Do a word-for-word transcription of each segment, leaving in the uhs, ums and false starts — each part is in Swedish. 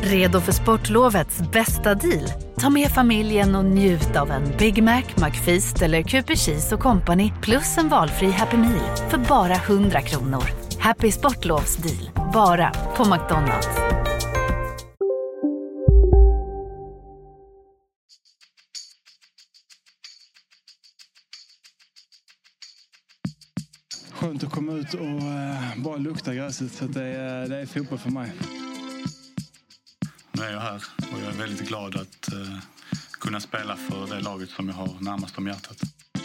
Redo för sportlovets bästa deal? Ta med familjen och njut av en Big Mac, McFeast eller Cooper Cheese och Company plus en valfri Happy Meal för bara hundra kronor. Happy Sportlovs deal, bara på McDonald's. Skönt att komma ut och uh, bara lukta gräset, så att det, är, det är fotboll för mig. Nu är jag här och jag är väldigt glad att uh, kunna spela för det laget som jag har närmast om hjärtat.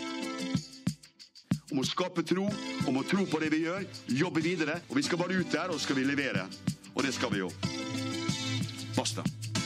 Om att skapa tro, om att tro på det vi gör, jobba vidare, och vi ska bara ut där och ska vi leverera. Och det ska vi ju. Basta.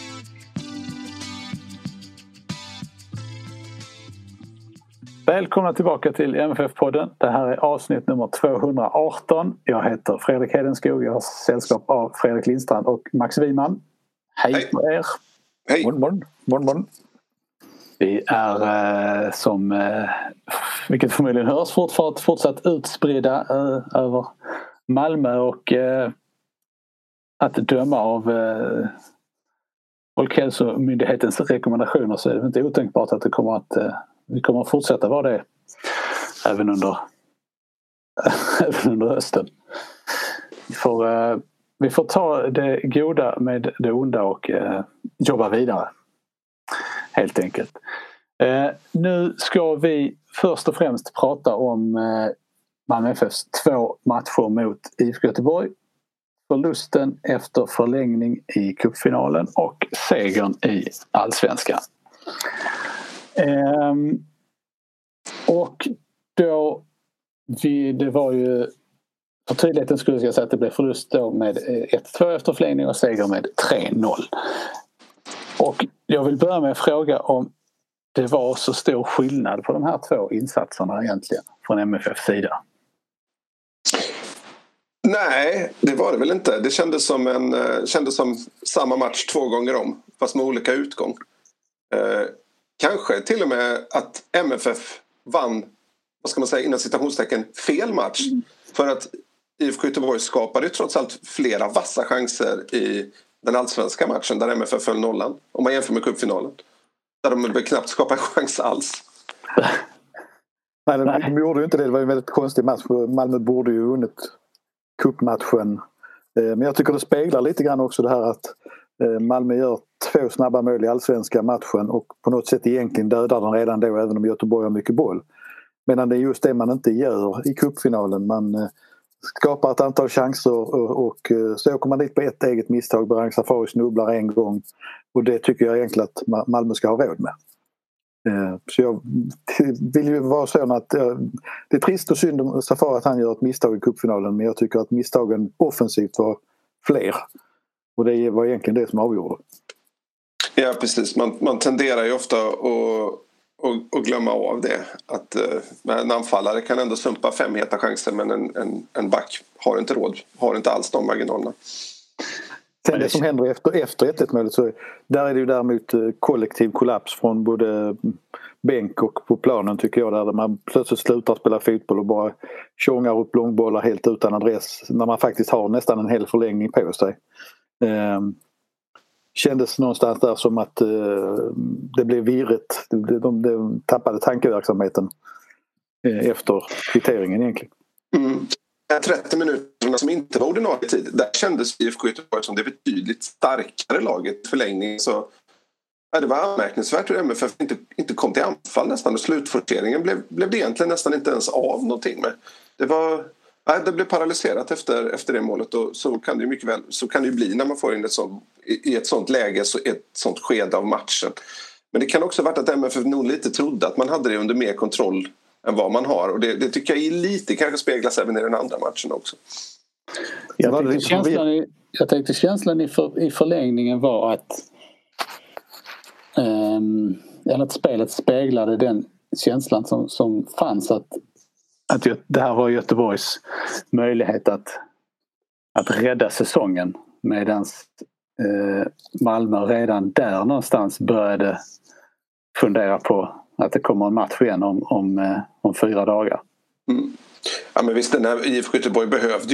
Välkomna tillbaka till M F F-podden. Det här är avsnitt nummer tvåhundraarton. Jag heter Fredrik Hedenskog. Jag har sällskap av Fredrik Lindstrand och Max Wiman. Hej, Hej. på er. Hej. Morgon, morgon, morgon, morgon. Vi är eh, som, eh, vilket förmodligen hörs, fortfarande fortsatt utspridda eh, över Malmö och eh, att döma av eh, Folkhälsomyndighetens rekommendationer så är det inte otänkbart att det kommer att eh, vi kommer att fortsätta vara det även under, även under hösten. Vi får, eh, vi får ta det goda med det onda och eh, jobba vidare. Helt enkelt. Eh, nu ska vi först och främst prata om eh, Malmö F F:s två matcher mot I F K Göteborg. Förlusten efter förlängning i cupfinalen och segern i Allsvenskan. Um, och då vi, det var ju för tydligheten skulle jag säga att det blev förlust då med ett två efter förlängning och seger med tre noll. Och jag vill börja med att fråga om det var så stor skillnad på de här två insatserna egentligen från M F F:s sida. Nej, det var det väl inte. Det kändes som, en, kändes som samma match två gånger om, fast med olika utgång. Eh, Kanske till och med att M F F vann, vad ska man säga, inom citationstecken, fel match. För att I F K Göteborg skapade trots allt flera vassa chanser i den allsvenska matchen där M F F föll nollan. Om man jämför med cupfinalen. Där de väl knappt skapade chans alls. Nej, de, de gjorde ju inte det. Det var ju en väldigt konstig match. Malmö borde ju vunnit cupmatchen. Men jag tycker det speglar lite grann också det här att Malmö gör två snabba mål i allsvenska matchen och på något sätt egentligen dödar den redan då, även om Göteborg har mycket boll. Medan det är just det man inte gör i cupfinalen. Man skapar ett antal chanser och, och så åker man dit på ett eget misstag. Berang Safari snubblar en gång och det tycker jag egentligen att Malmö ska ha råd med. Så jag vill ju vara så att det är trist och synd om Safari att han gör ett misstag i cupfinalen, men jag tycker att misstagen offensivt var fler. Och det var egentligen det som avgjorde. Ja, precis. Man, man tenderar ju ofta att, att, att glömma av det. Att uh, en anfallare kan ändå sumpa fem heta chanser, men en, en, en back har inte råd. Har inte alls de marginalerna. Sen det som händer efter, efter ett ett-målet så där är det ju däremot kollektiv kollaps från både bänk och på planen tycker jag, där man plötsligt slutar spela fotboll och bara tjongar upp långbollar helt utan adress när man faktiskt har nästan en hel förlängning på sig. Eh, kändes någonstans där som att eh, det blev virrigt. De, de, de tappade tankeverksamheten eh, efter kvitteringen egentligen. Mm. trettio minuterna som inte var ordinarie tid, där kändes I F K Göteborg som det betydligt starkare laget förlängning. Så ja, det var anmärkningsvärt hur M F F inte, inte kom till anfall nästan, och slutforceringen blev, blev det egentligen nästan inte ens av någonting med. Det var ja, det blev paralyserat efter, efter det målet, och så kan det ju mycket väl så kan det ju bli när man får in ett sånt, i ett sånt läge, så ett sånt skede av matchen. Men det kan också ha varit att M F F nog lite trodde att man hade det under mer kontroll än vad man har, och det, det tycker jag är lite kanske speglas även i den andra matchen också. Jag tänkte känslan i, jag tänkte känslan i, för, i förlängningen var att um, att spelet speglade den känslan som, som fanns att, att det här var Göteborgs möjlighet att, att rädda säsongen, medan eh, Malmö redan där någonstans började fundera på att det kommer en match igen om, om, om fyra dagar. Mm. Ja, men visst, den här I F K Göteborg behövde ju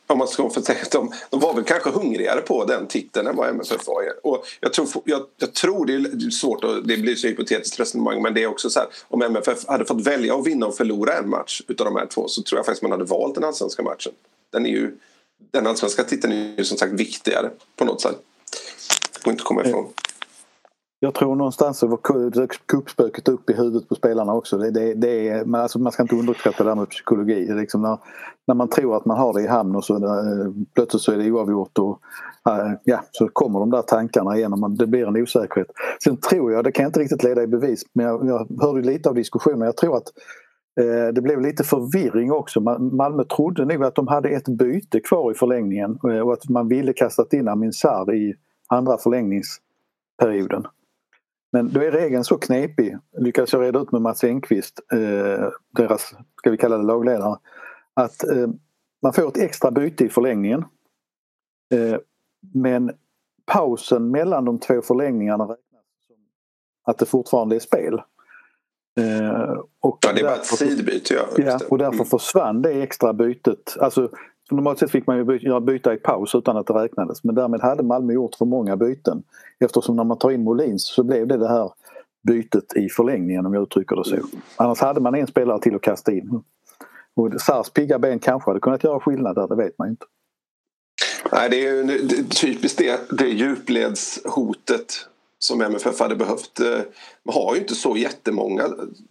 om man ska få säga att de, de var väl kanske hungrigare på den titeln än vad M F F var. Och jag tror, jag, jag tror det är svårt, och det blir så hypotetiskt resonemang, men det är också så här, om M F F hade fått välja att vinna och förlora en match utav de här två, så tror jag faktiskt man hade valt den allsvenska matchen. Den är ju, den allsvenska titeln är ju som sagt viktigare på något sätt. Det går inte att komma ifrån. Jag tror någonstans att kuppspöket upp i huvudet på spelarna också. Det, det, det är, men alltså man ska inte underskatta det där med psykologi. Det är liksom när, när man tror att man har det i hamn och så äh, plötsligt så är det oavgjort och äh, ja, så kommer de där tankarna igenom. Det blir en osäkerhet. Sen tror jag, det kan jag inte riktigt leda i bevis, men jag, jag hörde lite av diskussionen. Jag tror att äh, det blev lite förvirring också. Malmö trodde nog att de hade ett byte kvar i förlängningen och att man ville kastat in Amin Sarr i andra förlängningsperioden. Men då är regeln så knepig, lyckas jag reda ut med Mats Enqvist, eh, deras, ska vi kalla det, lagledare, att eh, man får ett extra byte i förlängningen. Eh, men pausen mellan de två förlängningarna räknas som att det fortfarande är spel. Eh, och ja, det är bara ett sidbyte. Ja, ja, och därför försvann det extra bytet. Alltså, normalt sett fick man ju byta, byta i paus utan att det räknades. Men därmed hade Malmö gjort för många byten. Eftersom när man tar in Molins så blev det det här bytet i förlängningen, om jag uttrycker det så. Annars hade man en spelare till att kasta in. Och Sars pigga ben kanske hade kunnat göra skillnad där, det vet man inte. Nej, det är ju det är typiskt det, det djupledshotet som M F F hade behövt. Man har ju inte så jättemånga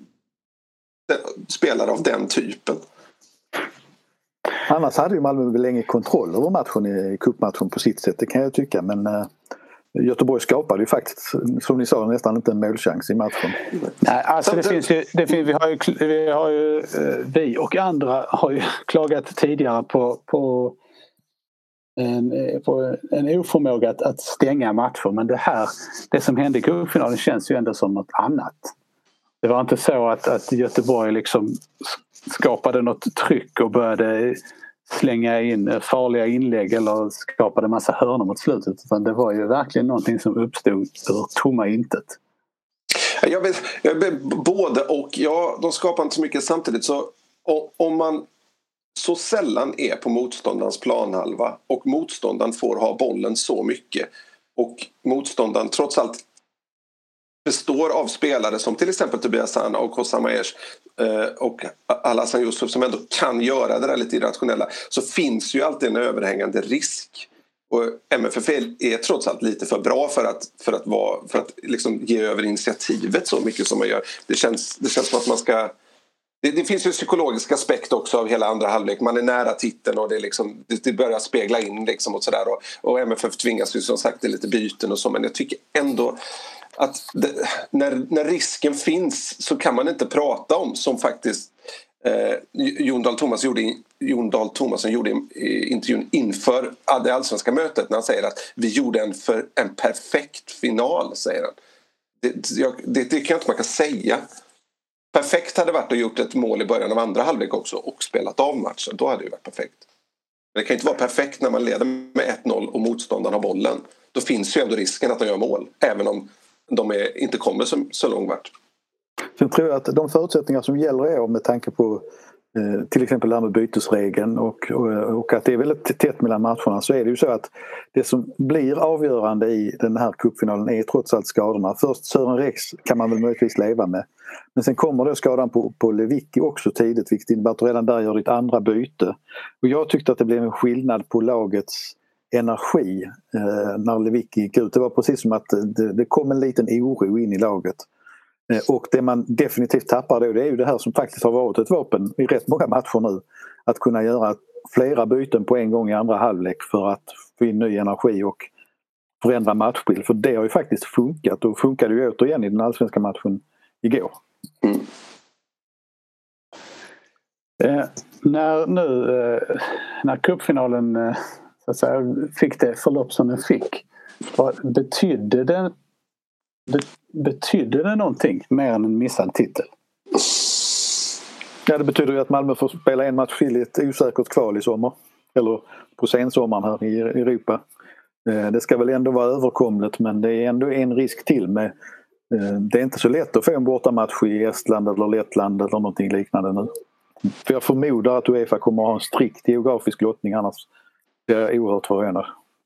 spelare av den typen. Annars hade ju Malmö väl länge kontroll över matchen i cupmatchen på sitt sätt, det kan jag tycka. Men uh, Göteborg skapade ju faktiskt, som ni sa, nästan inte en målchans i matchen. Nej, alltså det finns ju, det finns, vi har ju, vi, har ju uh, vi och andra har ju klagat tidigare på, på, en, på en oförmåga att, att stänga matcher. Men det här, det som hände i cupfinalen känns ju ändå som något annat. Det var inte så att, att Göteborg liksom skapade något tryck och började slänga in farliga inlägg eller skapade massa hörnor mot slutet, utan det var ju verkligen någonting som uppstod ur tomma intet. Jag vet, jag vet både och. Ja, de skapar inte så mycket samtidigt, så om man så sällan är på motståndarens planhalva och motståndaren får ha bollen så mycket och motståndaren trots allt består av spelare som till exempel Tobias Sana och Hossam Aiesh eh, och Alhassan Yusuf som ändå kan göra det där lite irrationella, så finns ju alltid en överhängande risk. Och M F F är trots allt lite för bra för att, för att, vara, för att liksom ge över initiativet så mycket som man gör. Det känns, det känns som att man ska... Det, det finns ju en psykologisk aspekt också av hela andra halvlek. Man är nära titeln och det, liksom, det, det börjar spegla in liksom och sådär. Och, och M F F tvingas ju som sagt till lite byten och så, men jag tycker ändå att det, när, när risken finns så kan man inte prata om, som faktiskt eh, Jon Dahl Tomas gjorde, Jon Dahl Tomasson gjorde i intervjun inför det allsvenska mötet, när han säger att vi gjorde en, för, en perfekt final, säger han. Det, jag, det, det kan jag inte man kan säga. Perfekt hade varit att gjort ett mål i början av andra halvlek också och spelat av matchen. Då hade det varit perfekt. Men det kan inte vara perfekt när man leder med ett noll och motståndaren har bollen. Då finns ju ändå risken att de gör mål, även om de är, inte kommer så, så långt vart. Sen tror jag att de förutsättningar som gäller är, med tanke på eh, till exempel det här med bytesregeln och, och, och att det är väldigt tätt mellan matcherna, så är det ju så att det som blir avgörande i den här cupfinalen är trots allt skadorna. Först Sören Rex kan man väl möjligtvis leva med. Men sen kommer då skadan på, på Lewicki också tidigt, vilket innebär att redan där gör ditt andra byte. Och jag tyckte att det blev en skillnad på lagets energi eh, när Lewicki gick ut. Det var precis som att det, det kom en liten oro in i laget. Eh, och det man definitivt tappar då, det är ju det här som faktiskt har varit ett vapen i rätt många matcher nu. Att kunna göra flera byten på en gång i andra halvlek för att få in ny energi och förändra matchbild. För det har ju faktiskt funkat, och funkade ju återigen i den allsvenska matchen igår. Mm. Eh, när nu eh, när cupfinalen eh, så att säga, fick det förlopp som den fick, betydde det, be, betydde det någonting mer än en missad titel? Ja, det betyder ju att Malmö får spela en match till i ett osäkert kval i sommar. Eller på sensommaren här i Europa. Eh, det ska väl ändå vara överkomligt, men det är ändå en risk till med. Det är inte så lätt att få en bortamatch i Estland eller Lettland eller någonting liknande nu. För jag förmodar att UEFA kommer att ha en strikt geografisk lottning, annars Jag är oerhört förvånad.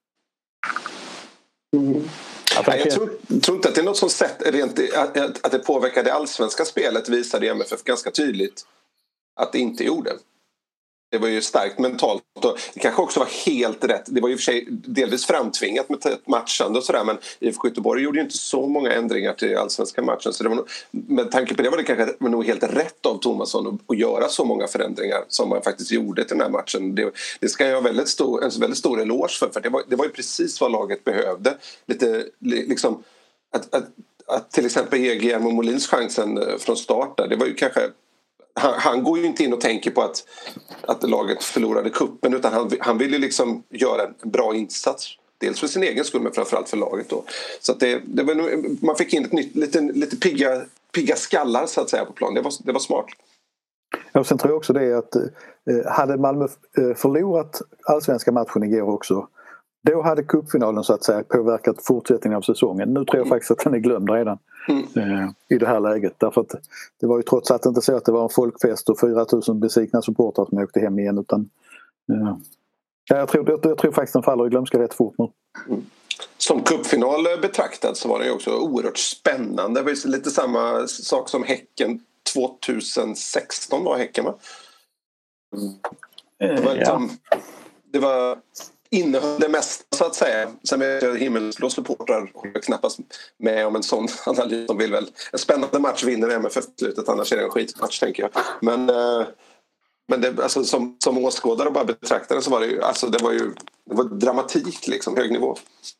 Mm. Ja, jag tror, tror inte att det är något som sett rent, att, att det påverkar det allsvenska spelet, visade M F F ganska tydligt att det inte gjorde. Det var ju starkt mentalt och det kanske också var helt rätt. Det var ju för sig delvis framtvingat med matchande och sådär, men I F K Göteborg gjorde ju inte så många ändringar till allsvenska matchen, så det var nog, med tanke på det var det kanske var nog helt rätt av Thomasson att, att göra så många förändringar som man faktiskt gjorde till den här matchen. Det, det ska jag ha väldigt stor, en väldigt stor eloge för, för det var, det var ju precis vad laget behövde. Lite liksom att, att, att till exempel ge Guillermo Molins chansen från start där, det var ju kanske Han, han går ju inte in och tänker på att, att laget förlorade kuppen, utan han, han vill ju liksom göra en bra insats. Dels för sin egen skull, men framförallt för laget då. Så att det, det var nog, man fick in ett nytt, lite, lite pigga, pigga skallar så att säga på plan. Det var, det var smart. Ja, och sen tror jag också det att eh, hade Malmö förlorat allsvenska matchen igår också, då hade cupfinalen så att säga påverkat fortsättningen av säsongen. Nu tror jag faktiskt att den är glömd redan mm. eh, i det här läget. Därför att det var ju trots allt inte så att det var en folkfest och fyra tusen besvikna supportrar som åkte hem igen. Utan, eh, jag, tror, jag, jag tror faktiskt den faller i glömska rätt fort nu. Mm. Som cupfinal betraktad så var det ju också oerhört spännande. Det var ju lite samma sak som Häcken tjugohundrasexton var Häcken, va? Mm. Det var liksom, ja. Det var innehöll det mesta så att säga. Sen vet jag himmelsblå supportrar och knappast med om en sån analys. De vill väl en spännande match vinner M F F-slutet, annars är det en skitmatch tänker jag. Men, eh, men det, alltså, som, som åskådare och bara betraktare så var det ju, alltså, det var ju det var dramatik liksom, hög nivå.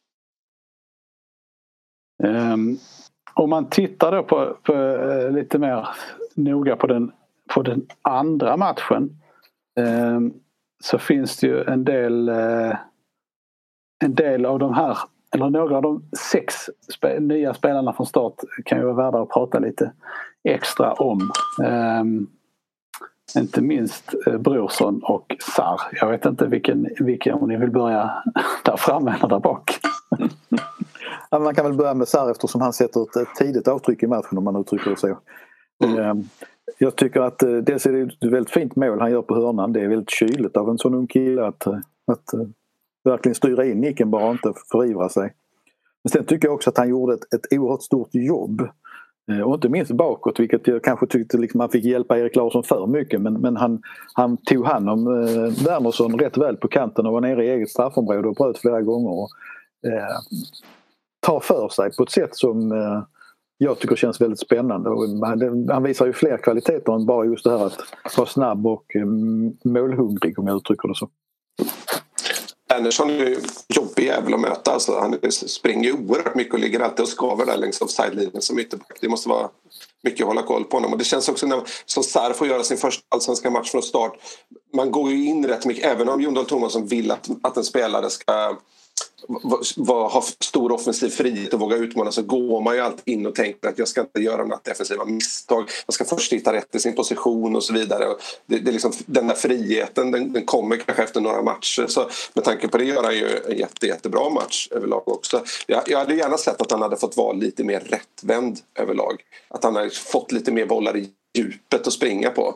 Um, om man tittar då på, på uh, lite mer noga på den, på den andra matchen um, så finns det ju en del uh, en del av de här, eller några av de sex spe, nya spelarna från start kan ju vara värda att prata lite extra om. Um, inte minst uh, Brorsson och Sarr. Jag vet inte vilken, vilken om ni vill börja där framme eller där bak. Ja, man kan väl börja med Sarr eftersom han sätter ett, ett tidigt avtryck i matchen, om man uttrycker det så. Mm. Jag tycker att dels är det ett väldigt fint mål han gör på hörnan. Det är väldigt kyligt av en sån ung kille att, att verkligen styra in nicken, bara inte förivra sig. Men sen tycker jag också att han gjorde ett, ett oerhört stort jobb. Och inte minst bakåt, vilket jag kanske tyckte liksom man fick hjälpa Erik Larsson för mycket. Men, men han, han tog hand om eh, Wernersson rätt väl på kanten och var nere i eget straffområde och bröt flera gånger. Och, eh, tar för sig på ett sätt som eh, jag tycker känns väldigt spännande. Och han, han visar ju fler kvaliteter än bara just det här att vara snabb och eh, målhungrig, om jag uttrycker det så. Andersson är ju jobbig jävel att möta. Alltså, han springer ju oerhört mycket och ligger alltid och skaver där längs offside-linjen som ytterback. Det måste vara mycket att hålla koll på honom. Och det känns också när som Sarr får göra sin första allsvenska match från start. Man går ju in rätt mycket, även om Jon Dahl Tomasson vill att, att en spelare ska var, ha stor offensiv frihet och våga utmana, så går man ju alltid in och tänker att jag ska inte göra något defensiva misstag, jag ska först hitta rätt i sin position och så vidare. Och det, det är liksom, den där friheten den, den kommer kanske efter några matcher, så med tanke på det gör han ju en jätte, jättebra match överlag också. Jag, jag hade gärna sett att han hade fått vara lite mer rättvänd överlag, att han hade fått lite mer bollar i djupet att springa på.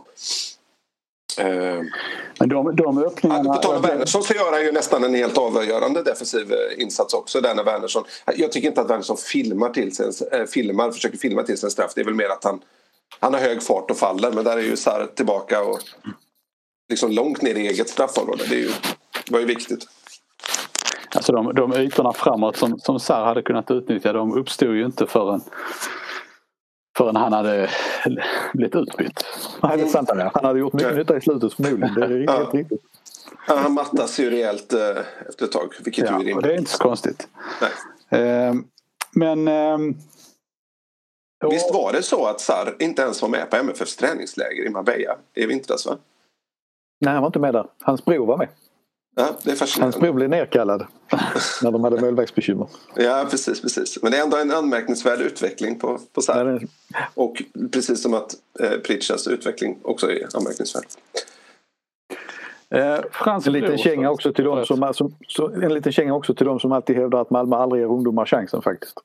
Men de, de öppningarna... På tal om Wernersson så gör han ju nästan en helt avgörande defensiv insats också där när Wernersson... Jag tycker inte att Wernersson filmar till sig, äh, filmar, försöker filma till sig en straff. Det är väl mer att han, han har hög fart och faller, men där är ju Sarr tillbaka och liksom långt ner i eget straffområde. Det, är ju, det var ju viktigt. Alltså de, de ytorna framåt som, som Sarr hade kunnat utnyttja, de uppstod ju inte förrän förrän han hade blivit utbytt. Nej, det är sant. Han hade gjort mycket nytta i slutet förmodligen. Det är ja. helt riktigt. Ja, han mattas ju rejält eh, efter ett tag. Vilket ja, är och det är inte så konstigt. Nej. Eh, men... Eh, Visst var det så att Sarr inte ens var med på M F F:s träningsläger i Marbella i vintras, va? Nej, han var inte med där. Hans bror var med. Ja, det är fascinerande. Hans bror blev nerkallad när de hade målvaktsbekymmer. Ja, precis, precis. Men det är ändå en anmärkningsvärd utveckling på, på Sarr. Ja, är... Och precis som att eh, Pritchas utveckling också är anmärkningsvärd. Eh, Frans en liten känga också till dem som, som, som en liten känga också till dem som alltid hävdar att Malmö aldrig ger ungdomar chansen faktiskt.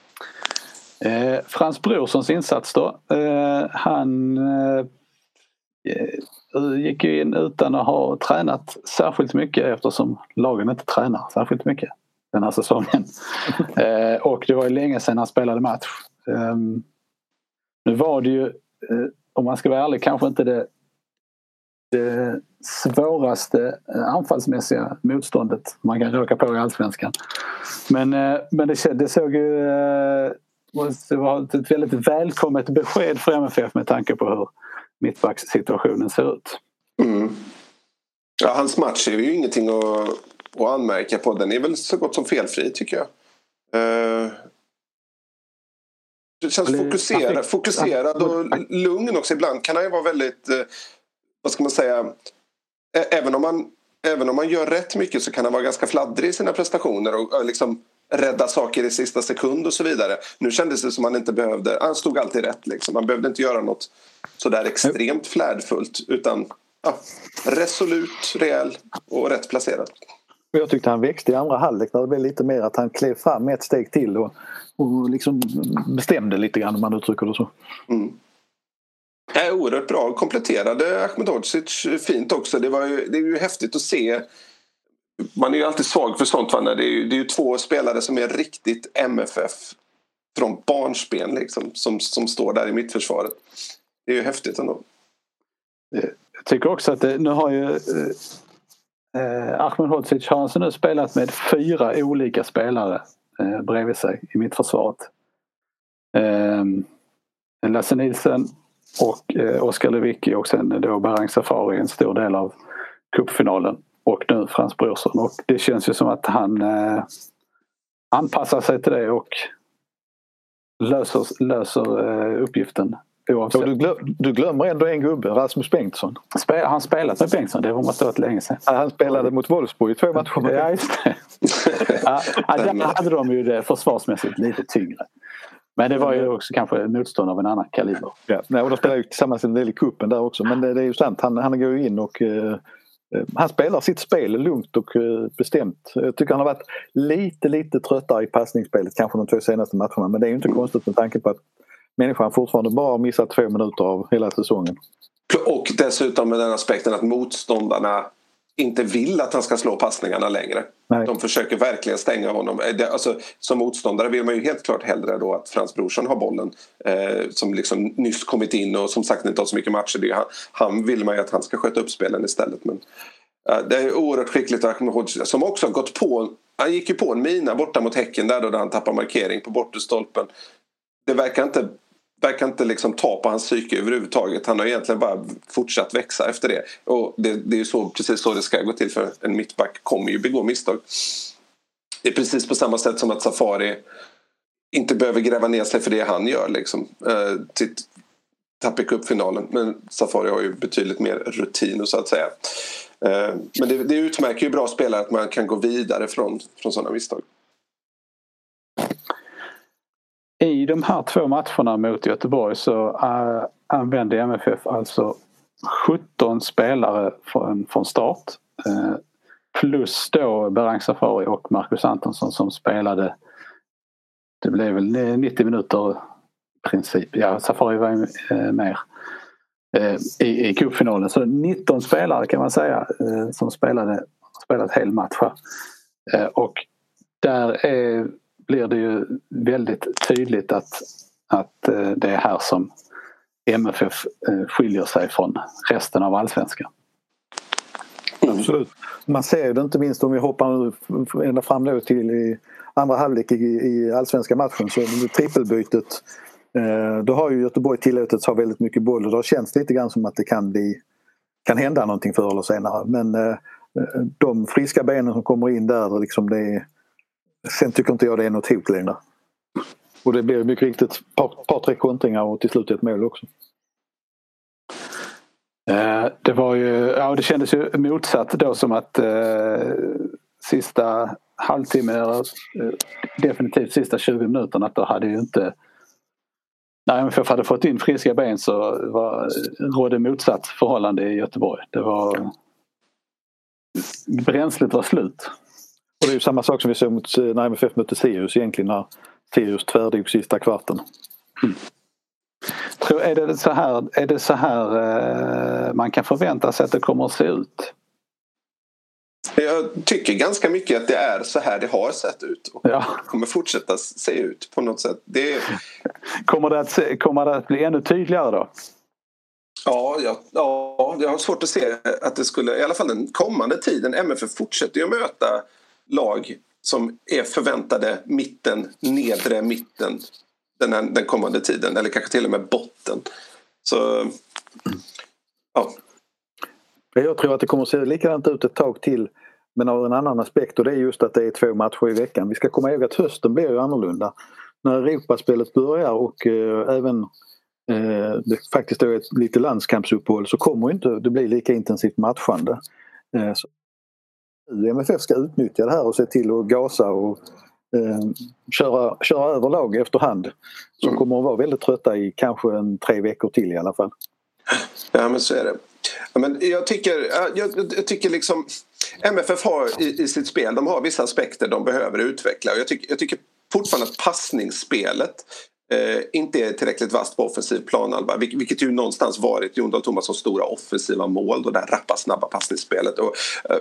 Eh, Frans Brorssons insats då. Eh, han eh, gick ju in utan att ha tränat särskilt mycket eftersom lagen inte tränar särskilt mycket den här säsongen. eh, och det var ju länge sedan han spelade match. Eh, nu var det ju, eh, om man ska vara ärlig, kanske inte det, det svåraste anfallsmässiga motståndet man kan råka på i Allsvenskan. Men, eh, men det, det såg ju eh, det var ett väldigt välkommet besked för M F F med tanke på hur mittbackssituationen ser ut. Mm. Ja, hans match är ju ingenting att, att anmärka på. Den är väl så gott som felfri, tycker jag. Uh, det känns fokuserad, fokuserad och lugn också. Ibland kan han ju vara väldigt, uh, vad ska man säga, även om man, även om man gör rätt mycket så kan han vara ganska fladdrig i sina prestationer och uh, liksom rädda saker i sista sekund och så vidare. Nu kändes det som han inte behövde, han stod alltid rätt liksom. Man behövde inte göra något sådär extremt flärdfullt utan ja, resolut, rejäl och rätt placerad. Jag tyckte han växte i andra halvlek när det blev lite mer att han klev fram ett steg till och, och liksom bestämde lite grann om man uttrycker det så. Mm. Det är oerhört bra. Kompletterade Ahmedhodzic fint också. Det, var ju, det är ju häftigt att se. Man är ju alltid svag för sånt. Va? Det är ju, det är ju två spelare som är riktigt M F F från barnsben liksom, som, som står där i mittförsvaret. Det är ju häftigt ändå. Jag tycker också att det, nu har ju eh, Ahmedhodzic har alltså nu spelat med fyra olika spelare eh, bredvid sig i mittförsvaret. Eh, Lasse Nilsen och eh, Oskar Lewicki och sen då Berang Safari en stor del av cupfinalen. Och nu Frans Brorsson. Och det känns ju som att han eh, anpassar sig till det och löser, löser eh, uppgiften oavsett. Du, glöm, du glömmer ändå en gubbe, Rasmus Bengtsson. Spel, han spelat med Bengtsson, det måste ha varit länge sedan. Ja, han spelade mot Wolfsburg i två matcher. Ja, just det. ja, där hade de ju det försvarsmässigt lite tyngre. Men det var ju också kanske motstånd av en annan kaliber. Ja, nej, och de spelar ju tillsammans en del i kuppen där också. Men det, det är ju sant, han, han går ju in och eh, han spelar sitt spel lugnt och bestämt. Jag tycker han har varit lite, lite tröttare i passningsspelet kanske de två senaste matcherna. Men det är ju inte konstigt med tanke på att människan fortfarande bara har missat två minuter av hela säsongen. Och dessutom med den aspekten att motståndarna inte vill att han ska slå passningarna längre. Nej. De försöker verkligen stänga honom. Alltså, som motståndare vill man ju helt klart hellre då att Frans Brorsson har bollen eh, som liksom nyss kommit in och som sagt inte har så mycket matcher. Det är, han, han vill man ju att han ska sköta upp spelen istället. Men eh, det är oerhört skickligt som också har gått på. Han gick ju på en mina borta mot Häcken där då, där han tappar markering på bortre stolpen. Det verkar inte verkar inte liksom ta på hans psyke överhuvudtaget. Han har egentligen bara fortsatt växa efter det. Och det, det är ju så, precis så det ska gå till, för en mittback kommer ju begå misstag. Det är precis på samma sätt som att Safari inte behöver gräva ner sig för det han gör liksom. Eh, till tapp i cupfinalen. Men Safari har ju betydligt mer rutin så att säga. Eh, men det, det utmärker ju bra spelare att man kan gå vidare från, från sådana misstag. I de här två matcherna mot Göteborg så uh, använde M F F alltså sjutton spelare från, från start. Uh, plus då Berang Safari och Marcus Antonsson som spelade, det blev väl nittio minuter i princip. Ja, Safari var ju uh, mer uh, i, i cupfinalen. Så nitton spelare kan man säga uh, som spelade spelat hel match. Uh, och där är blir det ju väldigt tydligt att, att det är här som M F F skiljer sig från resten av Allsvenskan. Mm. Absolut. Man ser det inte minst om vi hoppar ända fram då till i andra halvlek i, i Allsvenska matchen, så det trippelbytet. Då har ju Göteborg tillåtits ha väldigt mycket boll och då känns det lite grann som att det kan bli, kan hända någonting förr eller senare. Men de friska benen som kommer in där liksom det är. Sen tycker inte jag det är något hot längre. Och det blir mycket riktigt ett par, par tre kontringar och till slut ett mål också. Eh, det var ju, ja det kändes ju motsatt då, som att eh, sista halvtimmen eller eh, definitivt sista tjugo minuterna att då hade ju inte, när M F F hade fått in friska ben så var, rådde motsatt förhållande i Göteborg. Det var, bränslet var slut. Och det är ju samma sak som vi såg mot, när M F F mötte Sirius egentligen, när Sirius tvärdog sista kvarten. Mm. Tror, är det så här, är det så här eh, man kan förvänta sig att det kommer att se ut? Jag tycker ganska mycket att det är så här det har sett ut och ja. kommer fortsätta se ut på något sätt. Det är... kommer, det att se, kommer det att bli ännu tydligare då? Ja, ja, ja, jag har svårt att se att det skulle, i alla fall den kommande tiden, M F F fortsätter ju att möta lag som är förväntade mitten, nedre mitten den, här, den kommande tiden, eller kanske till och med botten. Så, ja. Jag tror att det kommer att se likadant ut ett tag till, men av en annan aspekt, och det är just att det är två matcher i veckan. Vi ska komma ihåg att hösten blir ju annorlunda. När Europaspelet börjar och eh, även eh, det faktiskt är ett lite landskampsuppehåll, så kommer inte det bli lika intensivt matchande. Eh, så M F F ska utnyttja det här och se till att gasa och eh, köra, köra över lag efterhand. Som mm. kommer att vara väldigt trötta i kanske en tre veckor till i alla fall. Ja, men så är det. Ja, men jag tycker, jag, jag tycker liksom M F F har i, i sitt spel, de har vissa aspekter de behöver utveckla. Och jag, tycker, jag tycker fortfarande att passningsspelet eh, inte är tillräckligt vast på offensiv planhalva, vil, vilket ju någonstans varit Jon Dahl Tomassons stora offensiva mål, och det där rappa snabba passningsspelet. Och, eh,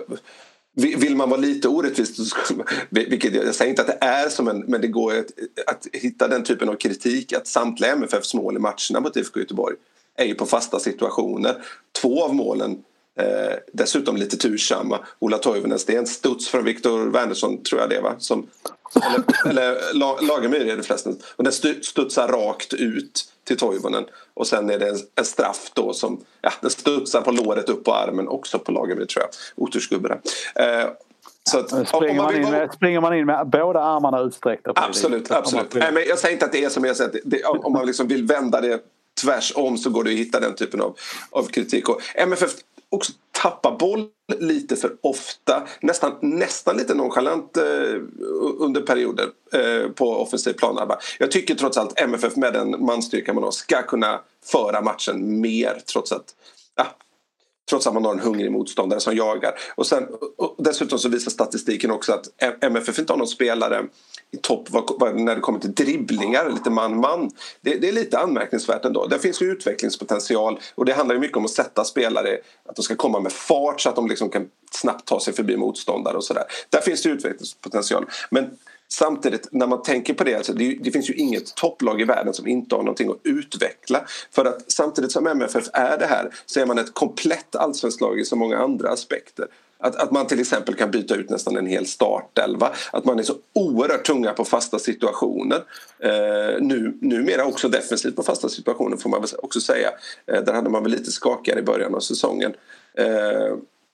vill man vara lite orättvist, vilket jag säger inte att det är som en, men det går att, att hitta den typen av kritik att samtliga M F F:s mål i matcherna mot I F K Göteborg är ju på fasta situationer. Två av målen eh, dessutom lite tursamma. Ola Toivonens, det är en studs från Viktor Wernersson, tror jag det var, som, eller, eller Lagemyr är det förresten, och den studsar rakt ut till Toivonen, och sen är det en, en straff då som, ja, den studsar på låret upp på armen, också på Lagemyr tror jag, otursgubbe där. Eh, Så att, springer, man man med, springer man in med båda armarna utsträckta? På absolut, det, absolut. Nej, men jag säger inte att det är som jag säger. Det, det, om man liksom vill vända det tvärs om, så går det att hitta den typen av, av kritik. Och M F F också tappar boll lite för ofta. Nästan, nästan lite nonchalant eh, under perioder eh, på offensiv planhalva. Jag tycker trots allt M F F med den manstyrka man har ska kunna föra matchen mer, trots att... Ja, trots att man har en hungrig motståndare som jagar. Och, sen, och dessutom så visar statistiken också att M F F inte har någon spelare i topp när det kommer till dribblingar, lite man-man. Det, det är lite anmärkningsvärt ändå. Där finns ju utvecklingspotential, och det handlar ju mycket om att sätta spelare, att de ska komma med fart så att de liksom kan snabbt ta sig förbi motståndare och sådär. Där finns det utvecklingspotential. Men samtidigt, när man tänker på det, alltså, det, det finns ju inget topplag i världen som inte har någonting att utveckla. För att samtidigt som M F F är det här, så är man ett komplett allsvenskt lag i så många andra aspekter. Att, att man till exempel kan byta ut nästan en hel startelva. Att man är så oerhört tunga på fasta situationer. Eh, nu, numera också defensivt på fasta situationer, får man väl också säga. Eh, där hade man väl lite skakigare i början av säsongen. Eh,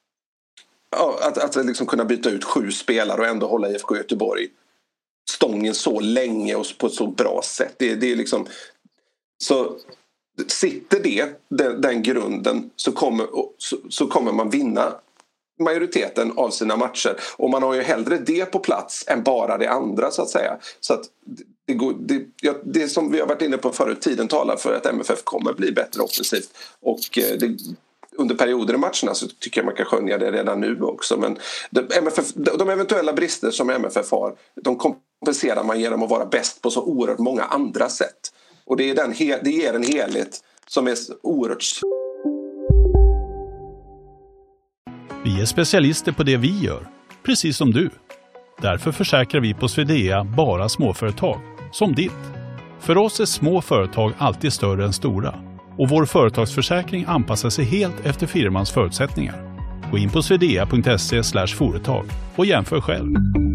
ja, att att liksom kunna byta ut sju spelare och ändå hålla I F K Göteborg stången så länge och på ett så bra sätt. Det, det är liksom... Så sitter det, den, den grunden, så kommer, så, så kommer man vinna majoriteten av sina matcher. Och man har ju hellre det på plats än bara det andra, så att säga. Så att det, går, det, ja, det som vi har varit inne på förut, tiden talar för att M F F kommer bli bättre offensivt. Och det, under perioder i matcherna så tycker jag man kan skönja det redan nu också. Men de, M F F, de eventuella brister som M F F har, de kompenserar man genom att vara bäst på så oerhört många andra sätt. Och det, är den, det ger en helhet som är oerhört... Vi är specialister på det vi gör, precis som du. Därför försäkrar vi på Swedea bara småföretag, som ditt. För oss är små företag alltid större än stora. Och vår företagsförsäkring anpassar sig helt efter firmans förutsättningar. Gå in på swedea punkt se slash företag och jämför själv.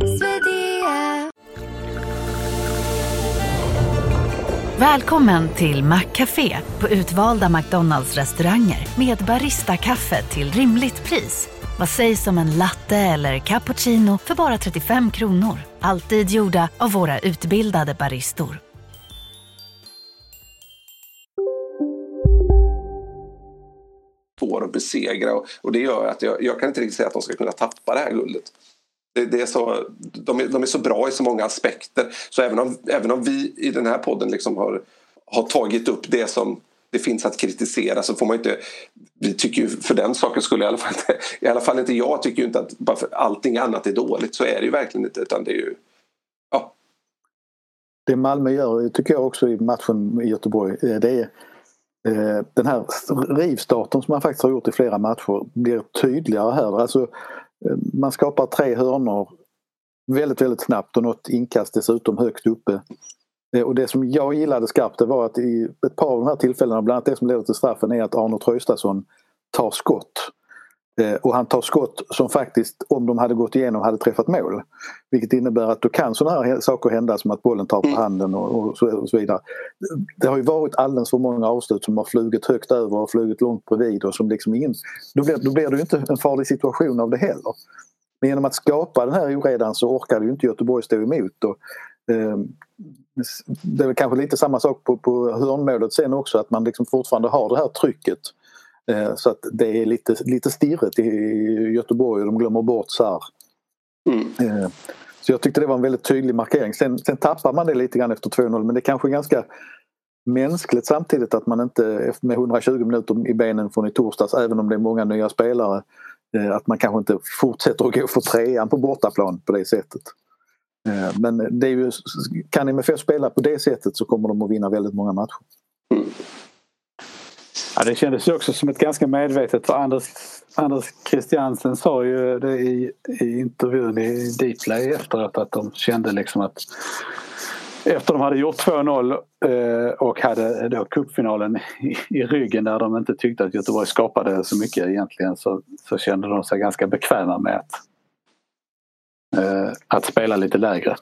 Välkommen till Maccafé på utvalda McDonalds restauranger med Barista-kaffe till rimligt pris. Vad sägs om en latte eller cappuccino för bara trettiofem kronor? Alltid gjorda av våra utbildade baristor. Får att besegra, och, och det gör att jag, jag kan inte riktigt säga att de ska kunna tappa det här guldet. Det, det är så, de, är, de är så bra i så många aspekter, så även om, även om vi i den här podden liksom har, har tagit upp det som det finns att kritisera, så får man inte, vi tycker ju för den saken skulle i alla fall inte, i alla fall inte jag tycker ju inte att bara för allting annat är dåligt, så är det ju verkligen inte, utan det är ju, ja. Det Malmö gör, tycker jag också i matchen i Göteborg, det är eh, den här rivstarten som man faktiskt har gjort i flera matcher blir tydligare här. Alltså, eh, man skapar tre hörnor väldigt, väldigt snabbt och något inkast dessutom högt uppe. Eh, och det som jag gillade skarpt det var att i ett par av de här tillfällena, bland annat det som leder till straffen, är att Arno Traustason tar skott. Och han tar skott som faktiskt, om de hade gått igenom, hade träffat mål. Vilket innebär att då kan sådana här saker hända som att bollen tar på handen och, och, så, och så vidare. Det har ju varit alldeles för många avslut som har flugit högt över och flugit långt bredvid och som liksom ingen... Då blir, då blir det ju inte en farlig situation av det heller. Men genom att skapa den här oredan så orkade ju inte Göteborg stå emot. Och, eh, det är väl kanske lite samma sak på, på hörnmålet sen också, att man liksom fortfarande har det här trycket. Så att det är lite, lite stirret i Göteborg och de glömmer bort Sarr. Mm. Så jag tyckte det var en väldigt tydlig markering. Sen, sen tappar man det lite grann efter två noll, men det är kanske ganska mänskligt samtidigt att man inte med hundratjugo minuter i benen från i torsdags, även om det är många nya spelare, att man kanske inte fortsätter att gå för trean på bortaplan på det sättet. Men det är ju, kan M F F spela på det sättet så kommer de att vinna väldigt många matcher. Mm. Ja, det kändes ju också som ett ganska medvetet, för Anders, Anders Christiansen sa ju det i, i intervjun i Dplay efteråt att de kände liksom att efter de hade gjort två noll eh, och hade då cupfinalen i, i ryggen där de inte tyckte att Göteborg skapade så mycket egentligen, så, så kände de sig ganska bekväma med att, eh, att spela lite lägre.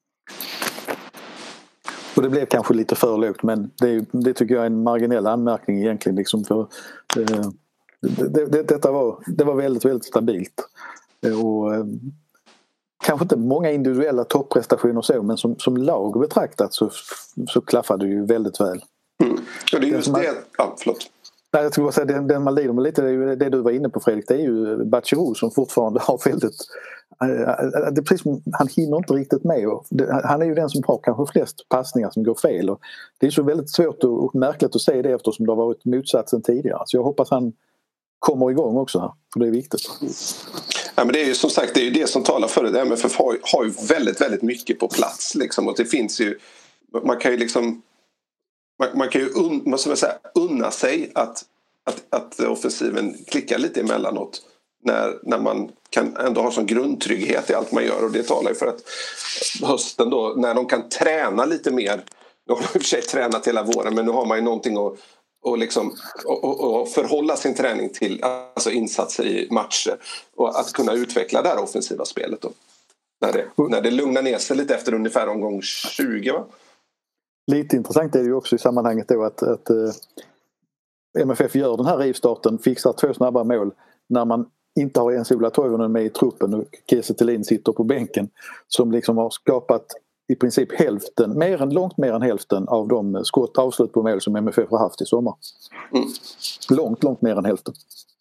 Och det blev kanske lite för lågt, men det, det tycker jag är en marginell anmärkning egentligen. Liksom för, eh, det, det, detta var, det var väldigt, väldigt stabilt. Och, eh, kanske inte många individuella topprestationer så, men som, som lag betraktat så, så klaffade det ju väldigt väl. Mm. Ja, det är just det. det. Ja, förlåt. Nej, jag skulle bara säga, den, den man lider med lite, det, är ju det du var inne på Fredrik, det är ju Bachirou som fortfarande har väldigt... Det är precis som, han hinner inte riktigt med. Och det, han är ju den som har kanske flest passningar som går fel. Och det är så väldigt svårt och, och märkligt att se det eftersom det har varit motsatsen tidigare. Så jag hoppas han kommer igång också här, för det är viktigt. Ja, men det är ju som sagt, det är ju det som talar för det. M F F har, har ju väldigt, väldigt mycket på plats. Liksom, och det finns ju... Man kan ju liksom... Man, man kan ju un, man ska säga, unna sig att, att, att offensiven klickar lite emellanåt. När, när man kan ändå ha sån grundtrygghet i allt man gör. Och det talar ju för att hösten då, när de kan träna lite mer. Nu har de i och för sig tränat hela våren, men nu har man ju någonting att och liksom, och, och, och förhålla sin träning till, alltså insatser i matcher. Och att kunna utveckla det här offensiva spelet då. När det, när det lugnar ner sig lite efter ungefär omgång tjugo, va? Lite intressant är det ju också i sammanhanget då att, att uh, M F F gör den här rivstarten, fixar två snabba mål när man inte har ens Ola Toivonen med i truppen och Kiese Thelin sitter på bänken, som liksom har skapat i princip hälften, mer än, långt mer än hälften av de skott avslut på mål som M F F har haft i sommar. Mm. Långt, långt mer än hälften.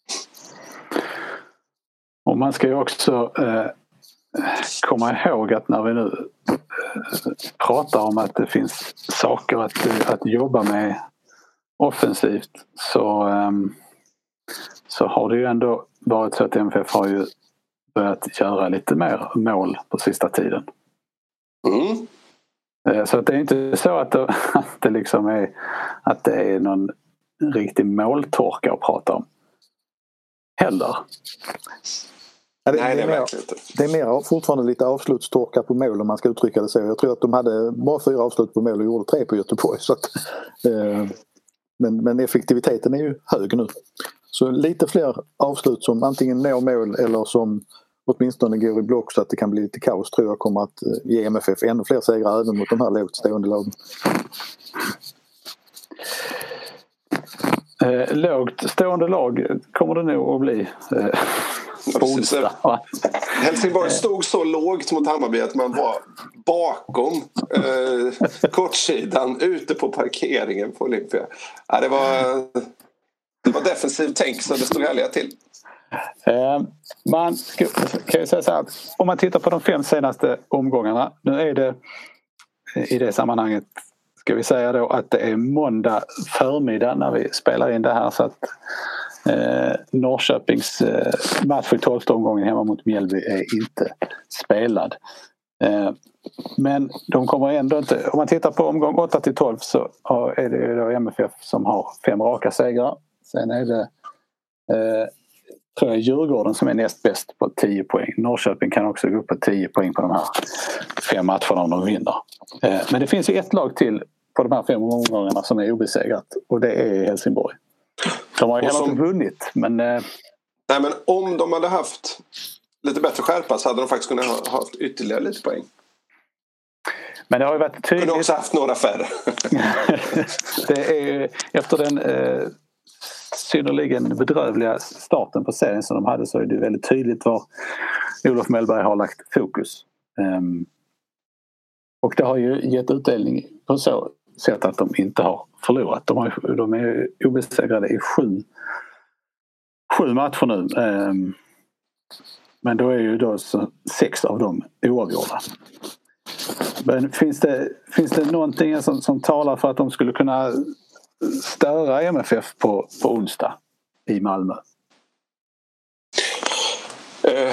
Och man ska ju också eh, komma ihåg att när vi nu eh, pratar om att det finns saker att, att jobba med offensivt, så, eh, så har det ju ändå varit så att M F F har ju börjat göra lite mer mål på sista tiden. Mm. Så att det är inte så att det, att det liksom är att det är någon riktig måltorka att prata om heller. Ja, det, Nej, det, är mer, det är mer fortfarande lite avslutstorka på mål om man ska uttrycka det så. Jag tror att de hade bara fyra avslut på mål och gjorde tre på Göteborg. Så att, eh, men, men effektiviteten är ju hög nu. Så lite fler avslut som antingen når mål eller som åtminstone går i block så att det kan bli lite kaos, tror jag kommer att ge M F F ännu fler segrar även mot de här lågt stående lagen. Eh, lågt stående lag kommer det nog att bli. Eh, ja, Helsingborg stod så lågt mot Hammarby att man var bakom eh, kortsidan ute på parkeringen på Olympia. Ja, det var det var defensivt tänk så det stod härliga till. Eh, man ska, kan ju säga så här att om man tittar på de fem senaste omgångarna, nu är det i det sammanhanget ska vi säga då att det är måndag förmiddag när vi spelar in det här, så att eh, Norrköpings eh, match i tolfte omgången hemma mot Mjällby är inte spelad. Eh, men de kommer ändå inte, om man tittar på omgång åtta till tolv så är det då M F F som har fem raka segrar. Sen är det eh, tror jag Djurgården som är näst bäst på tio poäng. Norrköping kan också gå upp på tio poäng på de här fem matcherna om de vinner. Eh, men det finns ju ett lag till på de här fem omgångarna som är obesegrat och det är Helsingborg. De har ju hela tiden vunnit men... Eh... Nej, men om de hade haft lite bättre skärpa så hade de faktiskt kunnat ha haft ytterligare lite poäng. Men det har ju varit tydligt... Kunde också haft några färre. Det är efter den eh, synnerligen bedrövliga starten på serien som de hade så är det väldigt tydligt var Olof Mellberg har lagt fokus. Um, och det har ju gett utdelning på så sätt att de inte har förlorat. De, har, de är obesegrade i sju, sju matcher nu. Um, men då är ju då så sex av dem oavgjorda. Men finns det, finns det någonting som, som talar för att de skulle kunna störa M F F på, på onsdag i Malmö? Uh,